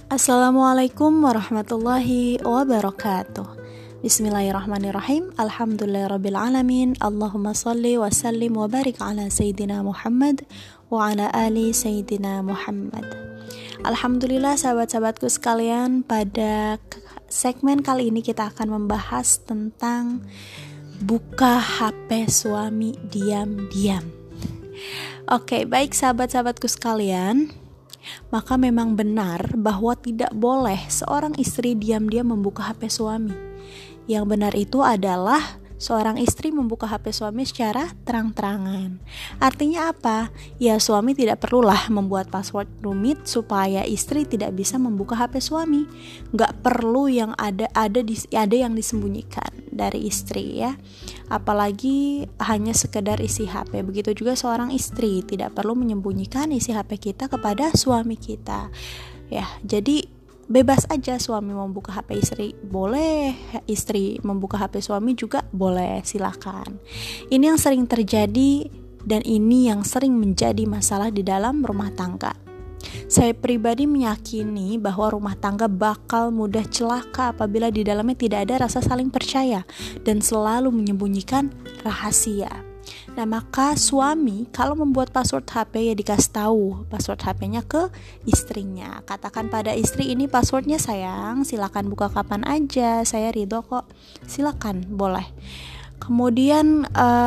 Assalamualaikum warahmatullahi wabarakatuh. Bismillahirrahmanirrahim. Alhamdulillahirrabbilalamin. Allahumma salli wa sallim wa barik ala Sayyidina Muhammad wa ala ali Sayyidina Muhammad. Alhamdulillah sahabat-sahabatku sekalian, pada segmen kali ini kita akan membahas tentang buka HP suami diam-diam. Oke, baik sahabat-sahabatku sekalian, maka memang benar bahwa tidak boleh seorang istri diam-diam membuka HP suami. Yang benar itu adalah seorang istri membuka HP suami secara terang-terangan. Artinya apa? Ya, suami tidak perlulah membuat password rumit supaya istri tidak bisa membuka HP suami. Gak perlu yang ada yang disembunyikan dari istri ya. Apalagi hanya sekedar isi HP. Begitu juga seorang istri tidak perlu menyembunyikan isi HP kita kepada suami kita. Ya, jadi bebas aja, suami membuka HP istri boleh, istri membuka HP suami juga boleh, silakan. Ini yang sering terjadi dan ini yang sering menjadi masalah di dalam rumah tangga. Saya pribadi meyakini bahwa rumah tangga bakal mudah celaka apabila di dalamnya tidak ada rasa saling percaya dan selalu menyembunyikan rahasia. Nah, maka suami kalau membuat password HP ya dikasih tahu password HP-nya ke istrinya. Katakan pada istri, ini passwordnya sayang, silakan buka kapan aja, saya ridho kok, silakan, boleh. Kemudian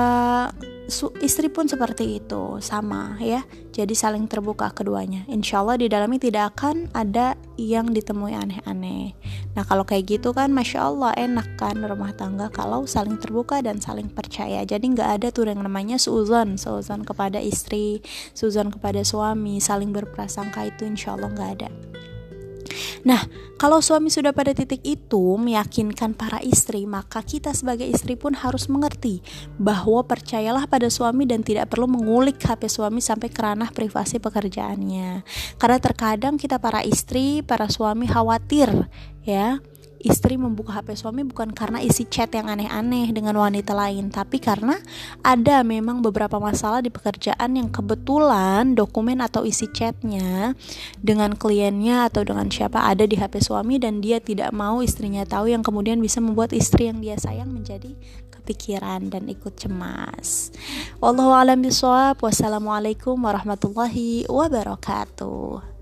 istri pun seperti itu, sama ya. Jadi saling terbuka keduanya. Insya Allah di dalamnya tidak akan ada yang ditemui aneh-aneh. Nah, kalau kayak gitu kan Masya Allah enak kan rumah tangga kalau saling terbuka dan saling percaya. Jadi gak ada tuh yang namanya suuzon kepada istri, suuzon kepada suami, saling berprasangka, itu Insya Allah gak ada. Nah, kalau suami sudah pada titik itu meyakinkan para istri, maka kita sebagai istri pun harus mengerti bahwa percayalah pada suami dan tidak perlu mengulik HP suami sampai ke ranah privasi pekerjaannya. Karena terkadang kita para istri, para suami khawatir ya, istri membuka HP suami bukan karena isi chat yang aneh-aneh dengan wanita lain, tapi karena ada memang beberapa masalah di pekerjaan yang kebetulan dokumen atau isi chatnya dengan kliennya atau dengan siapa ada di HP suami dan dia tidak mau istrinya tahu, yang kemudian bisa membuat istri yang dia sayang menjadi kepikiran dan ikut cemas. Wallahu a'lam bishawab. Wassalamualaikum warahmatullahi wabarakatuh.